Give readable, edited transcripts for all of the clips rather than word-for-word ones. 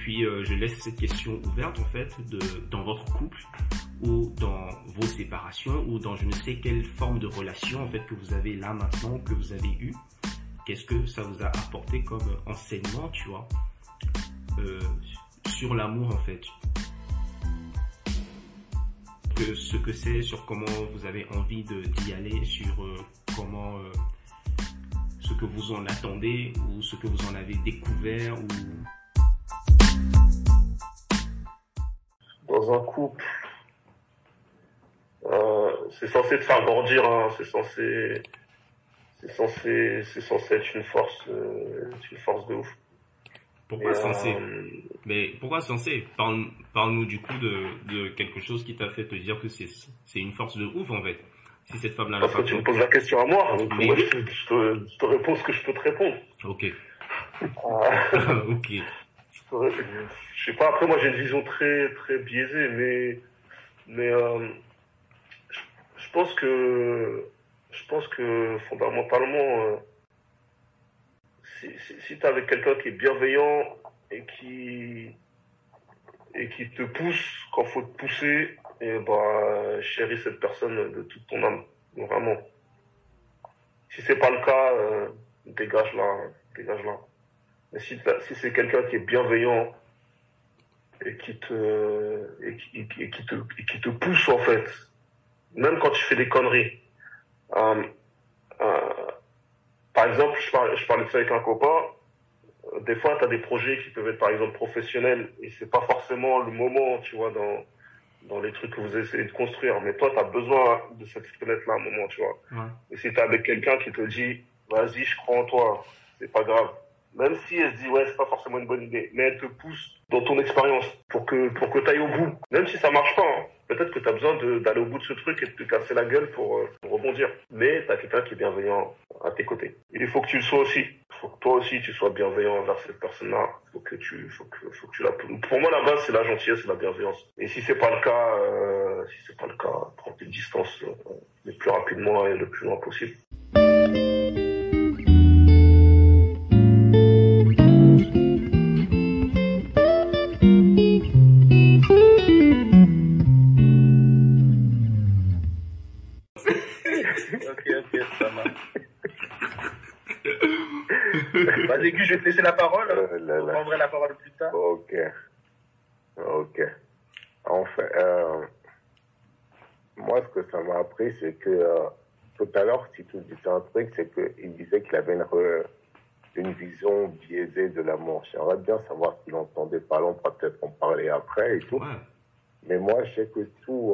puis je laisse cette question ouverte en fait dans votre couple ou dans vos séparations ou dans je ne sais quelle forme de relation en fait que vous avez là maintenant, que vous avez eu. Qu'est-ce que ça vous a apporté comme enseignement, tu vois, sur l'amour en fait, ce que c'est, sur comment vous avez envie d'y aller, sur comment ce que vous en attendez ou ce que vous en avez découvert ou... Dans un couple, c'est censé te faire grandir, hein, c'est censé être une force de ouf. Pourquoi censé? Mais pourquoi censé? Parle-nous du coup de quelque chose qui t'a fait te dire que c'est une force de ouf en fait. Si cette femme-là Parce que tu me poses la question à moi, donc moi je te réponds ce que je peux te répondre. Ok. Ok. Je sais pas, après moi j'ai une vision très très biaisée, mais je pense que fondamentalement, si t'es avec quelqu'un qui est bienveillant et qui te pousse quand faut te pousser, et bah chéris cette personne de toute ton âme, vraiment. Si c'est pas le cas, dégage là. Mais si c'est quelqu'un qui est bienveillant et qui te pousse en fait, même quand tu fais des conneries. Par exemple, je parlais de ça avec un copain. Des fois, tu as des projets qui peuvent être par exemple professionnels et c'est pas forcément le moment, tu vois, dans les trucs que vous essayez de construire. Mais toi, tu as besoin de cette fenêtre-là à un moment, tu vois. Ouais. Et si tu es avec quelqu'un qui te dit, vas-y, je crois en toi, c'est pas grave. Même si elle se dit, ouais, c'est pas forcément une bonne idée, mais elle te pousse dans ton expérience pour que tu ailles au bout. Même si ça marche pas, hein. Peut-être que tu as besoin d'aller au bout de ce truc et de te casser la gueule pour rebondir. Mais tu as quelqu'un qui est bienveillant à tes côtés. Et il faut que tu le sois aussi. Il faut que toi aussi tu sois bienveillant envers cette personne-là. Faut que tu la... Pour moi, la base, c'est la gentillesse et la bienveillance. Et si c'est pas le cas, prends tes distances le plus rapidement et le plus loin possible. Ok, ça marche. Vas-y, Gus, je vais te laisser la parole. On prendra la parole plus tard. Ok. En fait, moi, ce que ça m'a appris, c'est que tout à l'heure, si tu disais un truc, c'est qu'il disait qu'il avait une vision biaisée de l'amour. J'aimerais bien savoir ce qu'il entendait par là. On pourra peut-être en parler après et tout. Ouais. Mais moi, je sais que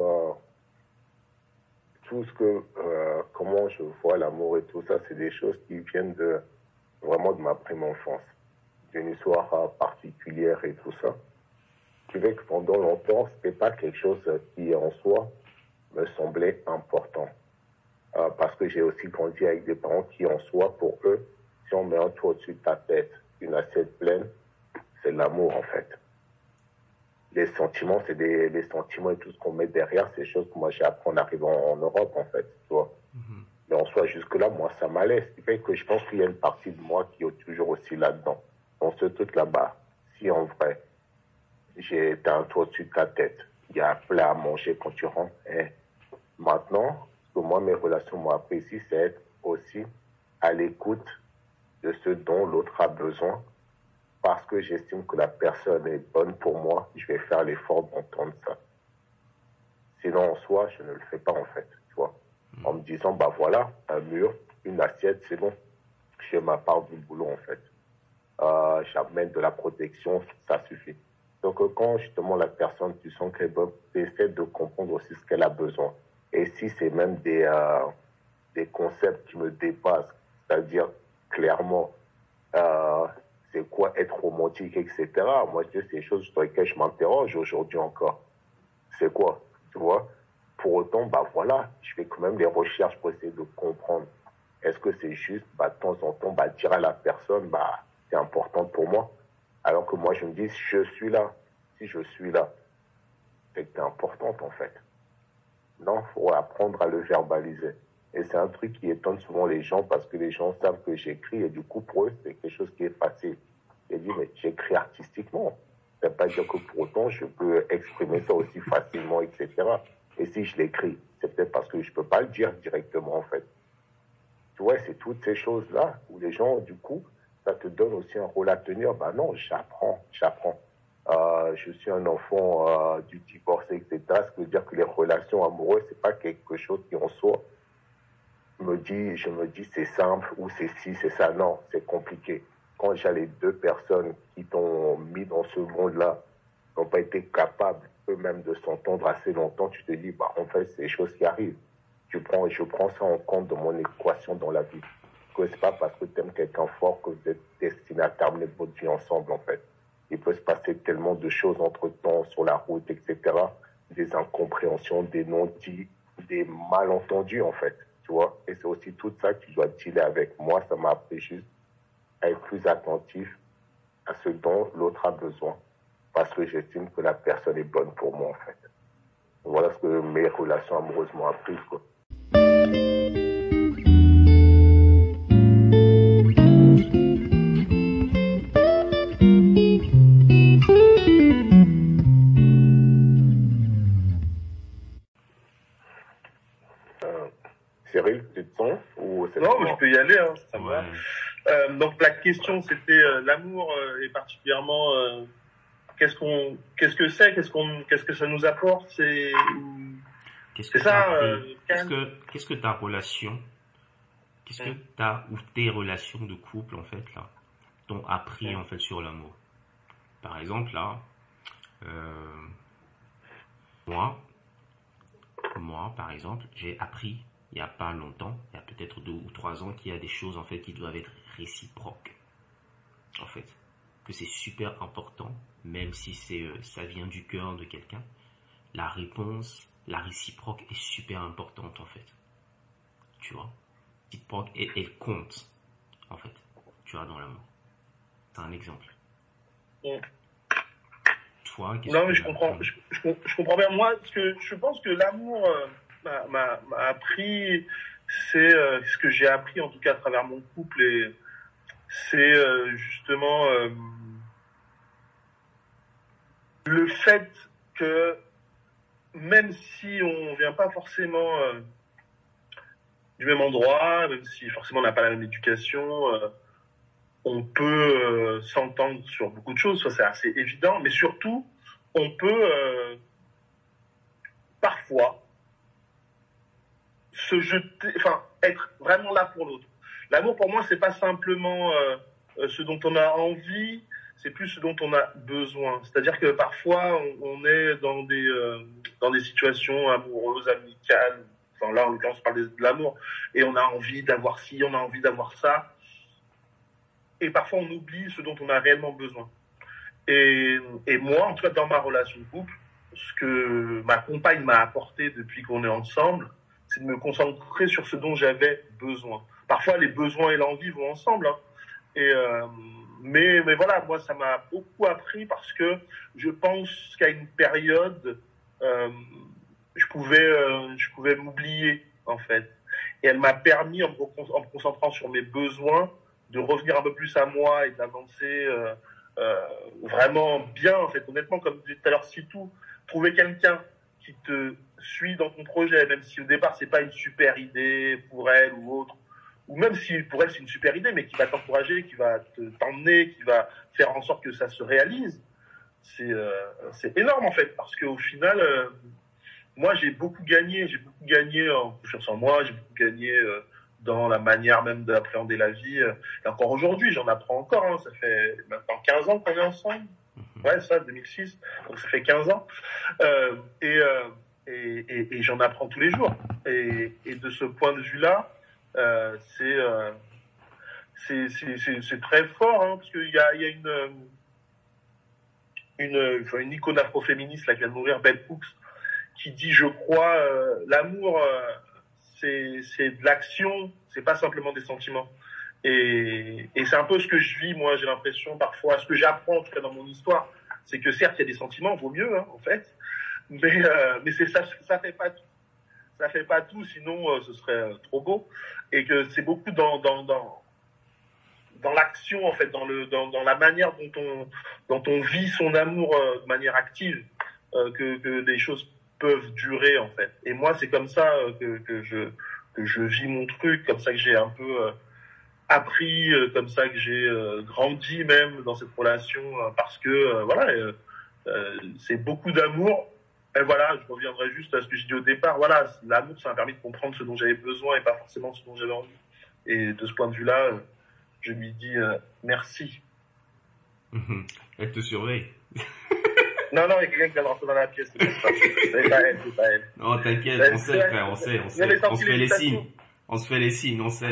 tout ce que, comment je vois l'amour et tout ça, c'est des choses qui viennent vraiment de ma prime enfance, d'une histoire particulière et tout ça. Qui fait que pendant longtemps, c'était pas quelque chose qui, en soi, me semblait important. Parce que j'ai aussi grandi avec des parents qui, en soi, pour eux, si on met un toit au-dessus de ta tête, une assiette pleine, c'est de l'amour, en fait. Les sentiments, c'est les sentiments et tout ce qu'on met derrière, c'est des choses que moi j'ai appris en arrivant en Europe, en fait, tu vois. Mm-hmm. Mais en soi, jusque-là, moi, ça m'allait. Ce qui fait que je pense qu'il y a une partie de moi qui est toujours aussi là-dedans. Dans ce truc là-bas, si en vrai, t'as un toit au-dessus de ta tête, il y a un plat à manger quand tu rentres, maintenant, ce que moi, mes relations m'ont appris ici, c'est être aussi à l'écoute de ce dont l'autre a besoin. Parce que j'estime que la personne est bonne pour moi, je vais faire l'effort d'entendre ça. Sinon, en soi, je ne le fais pas, en fait, tu vois. En me disant, bah voilà, un mur, une assiette, c'est bon. Je fais ma part du boulot, en fait. J'amène de la protection, ça suffit. Donc, quand justement la personne, tu sens qu'elle est bonne, tu essaies de comprendre aussi ce qu'elle a besoin. Et si c'est même des concepts qui me dépassent, c'est-à-dire clairement, c'est quoi être romantique, etc. Moi, je dis, c'est des choses sur lesquelles je m'interroge aujourd'hui encore. C'est quoi, tu vois? Pour autant, bah voilà, je fais quand même des recherches pour essayer de comprendre. Est-ce que c'est juste, bah, de temps en temps, bah, dire à la personne, bah, c'est important pour moi. Alors que moi, je me dis, je suis là. Si je suis là, c'est que t'es importante, en fait. Non, faut apprendre à le verbaliser. Et c'est un truc qui étonne souvent les gens parce que les gens savent que j'écris et du coup, pour eux, c'est quelque chose qui est facile. J'ai dit, mais j'écris artistiquement. ça ne veut pas dire que pour autant, je peux exprimer ça aussi facilement, etc. Et si je l'écris, c'est peut-être parce que je ne peux pas le dire directement, en fait. Tu vois, c'est toutes ces choses-là où les gens, du coup, ça te donne aussi un rôle à tenir. Ben non, j'apprends. Je suis un enfant du divorce, etc. Ce qui veut dire que les relations amoureuses, c'est pas quelque chose qui en soi je me dis c'est simple ou c'est ci, c'est ça. Non, c'est compliqué. Quand j'ai les deux personnes qui t'ont mis dans ce monde-là, n'ont pas été capables eux-mêmes de s'entendre assez longtemps, tu te dis, bah, en fait, c'est des choses qui arrivent. Je prends ça en compte dans mon équation dans la vie. Que c'est pas parce que tu aimes quelqu'un fort que vous êtes destiné à terminer votre vie ensemble, en fait. Il peut se passer tellement de choses entre-temps sur la route, etc. Des incompréhensions, des non-dits, des malentendus, en fait. Tu vois? Et c'est aussi tout ça que tu dois dealer avec. Moi, ça m'a appris juste à être plus attentif à ce dont l'autre a besoin. Parce que j'estime que la personne est bonne pour moi, en fait. Voilà ce que mes relations amoureuses m'ont appris, quoi. Cyril, tu te sens ou c'est Non, mais je peux y aller, hein, ça Ouais. va. Donc la question c'était l'amour et particulièrement qu'est-ce que c'est, qu'est-ce que ça nous apporte, c'est Qu'est-ce ça. que ta relation, qu'est-ce que ta ou tes relations de couple en fait là t'ont appris en fait sur l'amour? Par exemple là, moi par exemple, j'ai appris il y a pas longtemps, il y a peut-être 2 ou 3 ans, qu'il y a des choses en fait qui doivent être réciproques. En fait, que c'est super important, même si ça vient du cœur de quelqu'un, la réponse, la réciproque est super importante en fait. Tu vois, réciproque, elle compte en fait. Tu vois, dans l'amour. C'est un exemple. Toi, qu'est-ce Non, que mais je comprends bien. Moi, parce que je pense que l'amour m'a appris, c'est ce que j'ai appris en tout cas à travers mon couple, et c'est justement le fait que même si on vient pas forcément du même endroit, même si forcément on n'a pas la même éducation, on peut s'entendre sur beaucoup de choses, ça c'est assez évident, mais surtout on peut parfois se jeter, enfin être vraiment là pour l'autre. L'amour pour moi c'est pas simplement ce dont on a envie, c'est plus ce dont on a besoin. C'est-à-dire que parfois on est dans des situations amoureuses, amicales. Enfin là en l'occurrence on parle de l'amour et on a envie d'avoir ci, on a envie d'avoir ça. Et parfois on oublie ce dont on a réellement besoin. Et moi, en tout cas dans ma relation de couple, ce que ma compagne m'a apporté depuis qu'on est ensemble, c'est de me concentrer sur ce dont j'avais besoin. Parfois les besoins et l'envie vont ensemble, hein. Et mais voilà, moi ça m'a beaucoup appris parce que je pense qu'à une période je pouvais m'oublier en fait. Et elle m'a permis en me concentrant sur mes besoins de revenir un peu plus à moi et d'avancer vraiment bien en fait. Honnêtement, comme je disais tout à l'heure, si tout, trouver quelqu'un qui te suit dans ton projet, même si au départ c'est pas une super idée pour elle ou autre, ou même si pour elle c'est une super idée, mais qui va t'encourager, qui va t'emmener, qui va faire en sorte que ça se réalise, c'est énorme en fait, parce qu'au final, moi j'ai beaucoup gagné en confiance en moi, j'ai beaucoup gagné dans la manière même d'appréhender la vie. Et encore aujourd'hui, j'en apprends encore, hein, ça fait maintenant 15 ans qu'on est ensemble. Ouais, ça, 2006, donc ça fait 15 ans. Et j'en apprends tous les jours. Et de ce point de vue-là, c'est très fort, hein, parce qu'il y a une icône afroféministe là, qui vient de mourir, Bell Hooks, qui dit, je crois, l'amour, c'est de l'action, c'est pas simplement des sentiments. Et c'est un peu ce que je vis, moi, j'ai l'impression parfois, ce que j'apprends en tout cas dans mon histoire, c'est que certes il y a des sentiments, vaut mieux, hein, en fait, mais c'est ça fait pas tout. Ça fait pas tout, sinon ce serait trop beau. Et que c'est beaucoup dans dans l'action, en fait, dans la manière dont on vit son amour de manière active, que les choses peuvent durer, en fait. Et moi, c'est comme ça que je vis mon truc, comme ça que j'ai un peu appris, comme ça que j'ai grandi même dans cette relation, parce que voilà, c'est beaucoup d'amour. Et voilà, je reviendrai juste à ce que j'ai dit au départ. Voilà, l'amour, ça m'a permis de comprendre ce dont j'avais besoin et pas forcément ce dont j'avais envie. Et de ce point de vue-là, je lui dis merci. Elle te surveille. Non, il y a quelqu'un qui vient de rentrer dans la pièce. C'est pas elle. Non, t'inquiète, on sait, frère, on sait. On se fait les signes. On sait.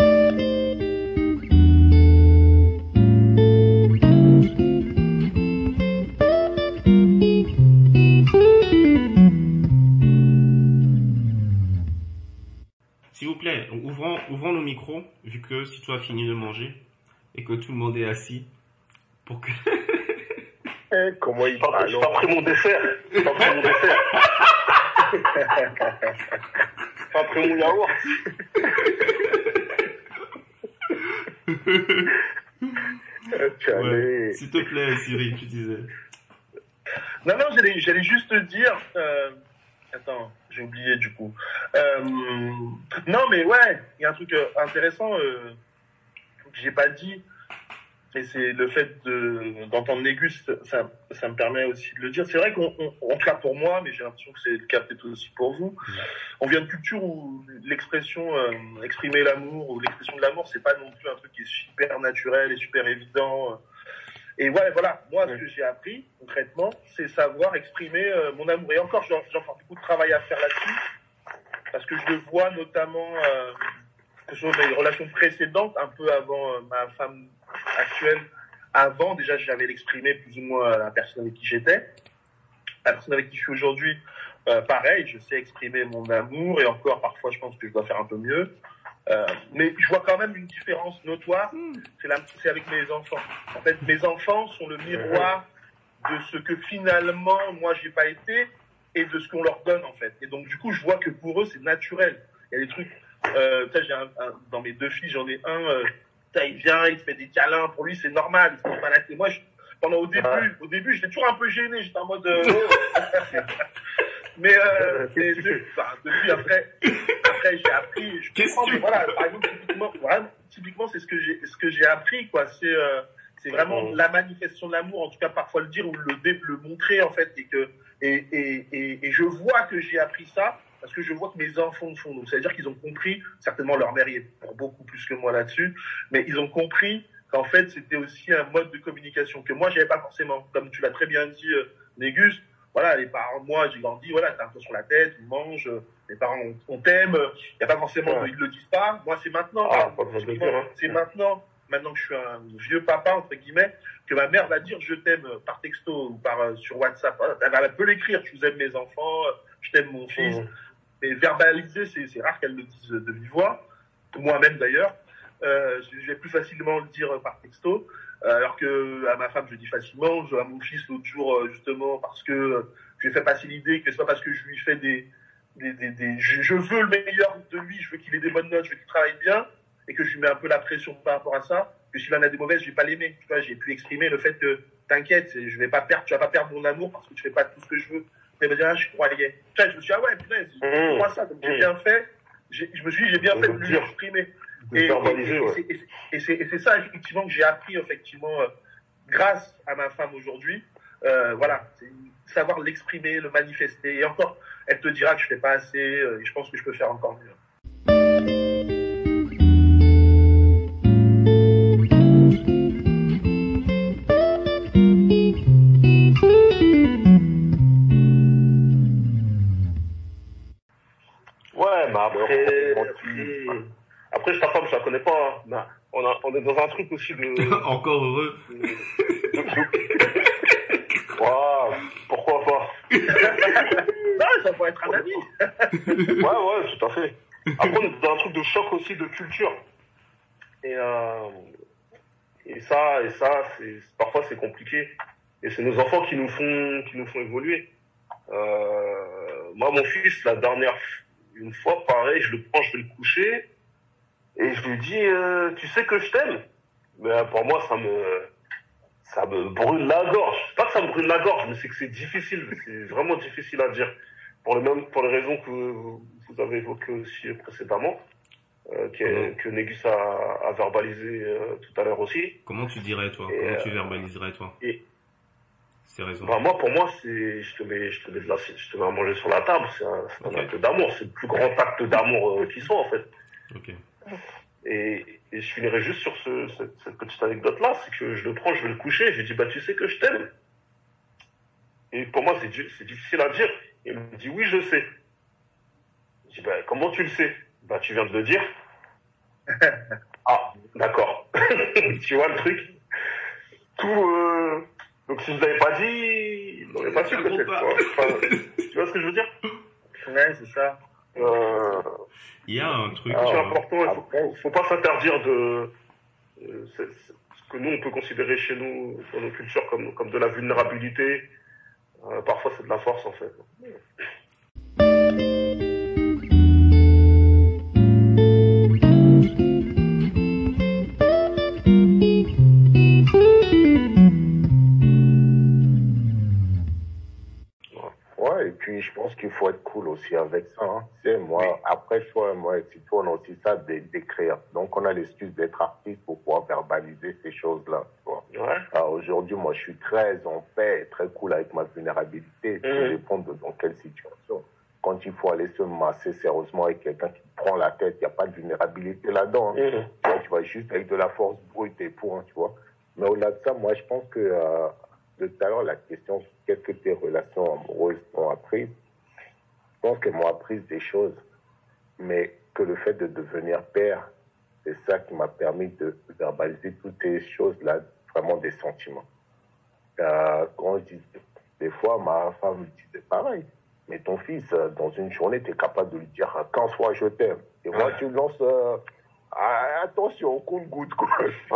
S'il vous plaît, ouvrons nos micros, vu que si tu as fini de manger et que tout le monde est assis, pour que... Comment il parle? J'ai pas pris mon dessert. J'ai pas pris mon yaourt. Ouais. S'il te plaît, Cyril, tu disais. Non, j'allais juste dire... Attends, j'ai oublié du coup. Non, mais ouais, il y a un truc intéressant que j'ai pas dit, et c'est le fait d'entendre Négus, ça me permet aussi de le dire. C'est vrai en tout cas pour moi, mais j'ai l'impression que c'est le cas peut-être aussi pour vous. On vient de culture où l'expression exprimer l'amour ou l'expression de l'amour, c'est pas non plus un truc qui est super naturel et super évident. Et ouais, voilà, moi, ce que j'ai appris, concrètement, c'est savoir exprimer mon amour. Et encore, j'ai encore beaucoup de travail à faire là-dessus, parce que je le vois notamment, que ce soit dans mes relations précédentes, un peu avant ma femme actuelle. Avant, déjà, j'avais l'exprimé plus ou moins à la personne avec qui j'étais. La personne avec qui je suis aujourd'hui, pareil, je sais exprimer mon amour, et encore, parfois, je pense que je dois faire un peu mieux. Mais je vois quand même une différence notoire, c'est avec mes enfants. En fait, mes enfants sont le miroir de ce que finalement, moi, j'ai pas été, et de ce qu'on leur donne, en fait. Et donc, du coup, je vois que pour eux, c'est naturel. Il y a des trucs, dans mes deux filles, j'en ai un, il vient, il se fait des câlins, pour lui, c'est normal, il se prend pas la tête. Moi, au début, j'étais toujours un peu gêné, j'étais en mode, mais depuis après j'ai appris. Voilà, par exemple, typiquement, c'est ce que j'ai appris, quoi. C'est vraiment la manifestation de l'amour, en tout cas parfois le dire ou le montrer, en fait, et je vois que j'ai appris ça parce que je vois que mes enfants le font. Donc ça veut dire qu'ils ont compris, certainement leur mère y est pour beaucoup plus que moi là-dessus, mais ils ont compris qu'en fait c'était aussi un mode de communication que moi j'avais pas forcément. Comme tu l'as très bien dit, Négus. Voilà, les parents, moi, j'ai grandi, voilà, t'as un peu sur la tête, on mange, les parents, on t'aime, il n'y a pas forcément, ils le disent pas. Moi, c'est maintenant, c'est maintenant que je suis un vieux papa, entre guillemets, que ma mère va dire je t'aime par texto ou sur WhatsApp. Elle peut l'écrire, je vous aime mes enfants, je t'aime mon fils. Mais verbaliser, c'est rare qu'elle le dise de vive voix. Moi-même, d'ailleurs. Je vais plus facilement le dire par texto. Alors que à ma femme je le dis facilement, à mon fils l'autre jour justement parce que je lui ai fait passer l'idée que c'est pas parce que je lui fais je veux le meilleur de lui, je veux qu'il ait des bonnes notes, je veux qu'il travaille bien et que je lui mets un peu la pression par rapport à ça, que s'il en a des mauvaises, je vais pas l'aimer. Tu vois, j'ai pu exprimer le fait que t'inquiète, tu vas pas perdre mon amour parce que tu fais pas tout ce que je veux. Mais ben, je croyais. Tu vois, je me suis dit, ah ouais, punaise, je crois ça, donc j'ai bien fait. Je me suis dit, j'ai bien fait de lui exprimer. Et c'est ça effectivement que j'ai appris effectivement grâce à ma femme aujourd'hui. Voilà, c'est savoir l'exprimer, le manifester. Et encore, elle te dira que je fais pas assez. Et je pense que je peux faire encore mieux. Ouais, mais après, ta femme, je la connais pas. Hein. On est dans un truc aussi de... Encore heureux. Wow, pourquoi pas? Non, ça pourrait être un ami. Ouais, tout à fait. Après, on est dans un truc de choc aussi de culture. Et ça, parfois c'est compliqué. Et c'est nos enfants qui nous font évoluer. Moi, mon fils, une fois, pareil, je le prends, je vais le coucher. Et je lui dis, tu sais que je t'aime? Mais pour moi, ça me brûle la gorge. C'est pas que ça me brûle la gorge, mais c'est que c'est difficile. C'est vraiment difficile à dire. Pour les raisons que vous avez évoquées aussi précédemment, que Négus a verbalisé tout à l'heure aussi. Comment tu dirais, toi? Comment tu verbaliserais, toi? Ces raisons. Bah, moi, pour moi, c'est, je te mets à manger sur la table. C'est un acte d'amour. C'est le plus grand acte d'amour qui soit, en fait. Ok. Et je finirai juste sur cette petite anecdote-là, c'est que je le prends, je vais le coucher, je lui dis, bah, tu sais que je t'aime. Et pour moi, c'est difficile à dire. Il me dit, oui, je sais. Je dis, bah, comment tu le sais? Bah, tu viens de le dire. Ah, d'accord. Tu vois le truc? Donc si je l'avais pas dit, il n'aurait pas su peut-être. Enfin, tu vois ce que je veux dire? Ouais, c'est ça. Il y a un truc. C'est important. Faut pas s'interdire de ce que nous on peut considérer chez nous dans nos cultures comme de la vulnérabilité. Parfois c'est de la force en fait. Ouais, et puis je pense qu'il faut être cool aussi avec ça. Hein. Tu sais, moi, après, toi et toi, on a aussi ça d'écrire. Donc, on a l'excuse d'être artiste pour pouvoir verbaliser ces choses-là. Tu vois. Ouais. Alors, aujourd'hui, moi, je suis très en paix, très cool avec ma vulnérabilité. Ça dépend dans quelle situation. Quand il faut aller se masser sérieusement avec quelqu'un qui te prend la tête, il n'y a pas de vulnérabilité là-dedans. Hein. Tu vas juste avec de la force brute et point, tu vois. Mais au-delà de ça, moi, je pense que de tout à l'heure, la question, qu'est-ce que tes relations amoureuses t'ont appris? Je pense qu'elles m'ont appris des choses, mais que le fait de devenir père, c'est ça qui m'a permis de verbaliser toutes ces choses-là, vraiment des sentiments. Quand je dis, des fois, ma femme me disait pareil. Mais ton fils, dans une journée, tu es capable de lui dire 15 fois je t'aime. Et moi, tu lances attention, compte-goutte, quoi.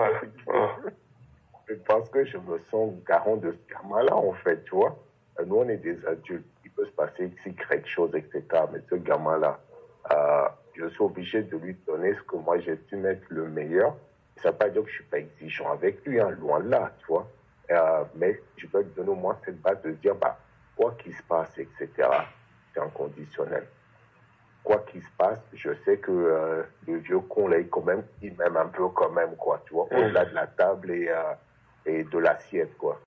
Parce que je me sens garant de ce gamin-là, en fait, tu vois. Nous, on est des adultes. Il peut se passer quelque chose, etc. Mais ce gamin-là, je suis obligé de lui donner ce que moi, j'estime être le meilleur. Ça ne veut pas dire que je ne suis pas exigeant avec lui, hein, loin de là, tu vois. Mais je dois lui donner au moins cette base de dire, bah, quoi qu'il se passe, etc., c'est inconditionnel. Quoi qu'il se passe, je sais que le vieux con, là, il m'aime un peu quand même, quoi, tu vois, au-delà de la table et de l'assiette, quoi.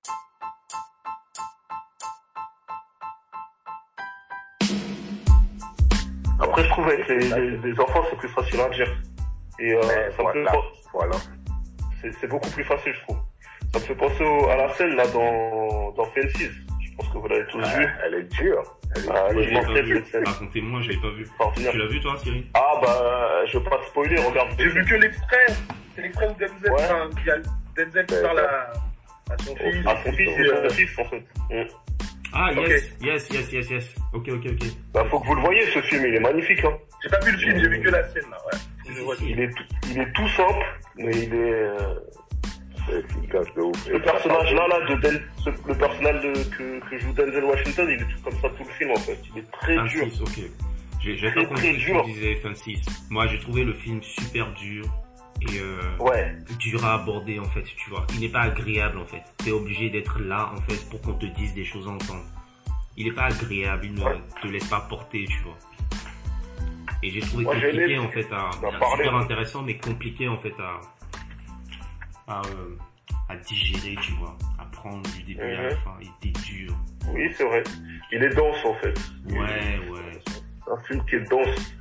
Après, je trouve avec les enfants, c'est plus facile à dire. Et voilà. C'est beaucoup plus facile, je trouve. Ça me fait penser à la scène là dans Fences. Je pense que vous l'avez tous vu. Elle est dure. Racontez-moi, je l'ai pas vu. Tu l'as vu toi, Cyril? Ah bah, je veux pas te spoiler, regarde. J'ai vu que l'extrait. C'est l'extrait où Denzel qui parle à son fils. À son fils et son fils en fait. Ah yes. Ok. Bah faut que vous le voyez ce film, il est magnifique hein. J'ai pas vu le film, j'ai vu que la scène là, ouais. Il est tout simple, mais il est efficace de ouf. Le personnage là, le personnage que joue Denzel Washington, il est tout comme ça tout le film en fait. Il est très dur. Ok. J'ai pas compris ce que tu disais, Fences. Moi, j'ai trouvé le film super dur et dur à aborder en fait, tu vois. Il n'est pas agréable en fait. T'es obligé d'être là en fait pour qu'on te dise des choses ensemble. Il est pas agréable, il ne te laisse pas porter, tu vois. Et j'ai trouvé compliqué en fait super intéressant mais compliqué en fait à digérer, tu vois, à prendre du début à la fin. Il était dur. Oui, c'est vrai. Il est dense en fait. Ouais. C'est un film qui est dense.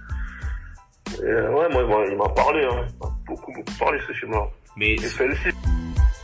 Moi, il m'a parlé, hein. Il m'a beaucoup parlé ce film-là. Mais et celle-ci.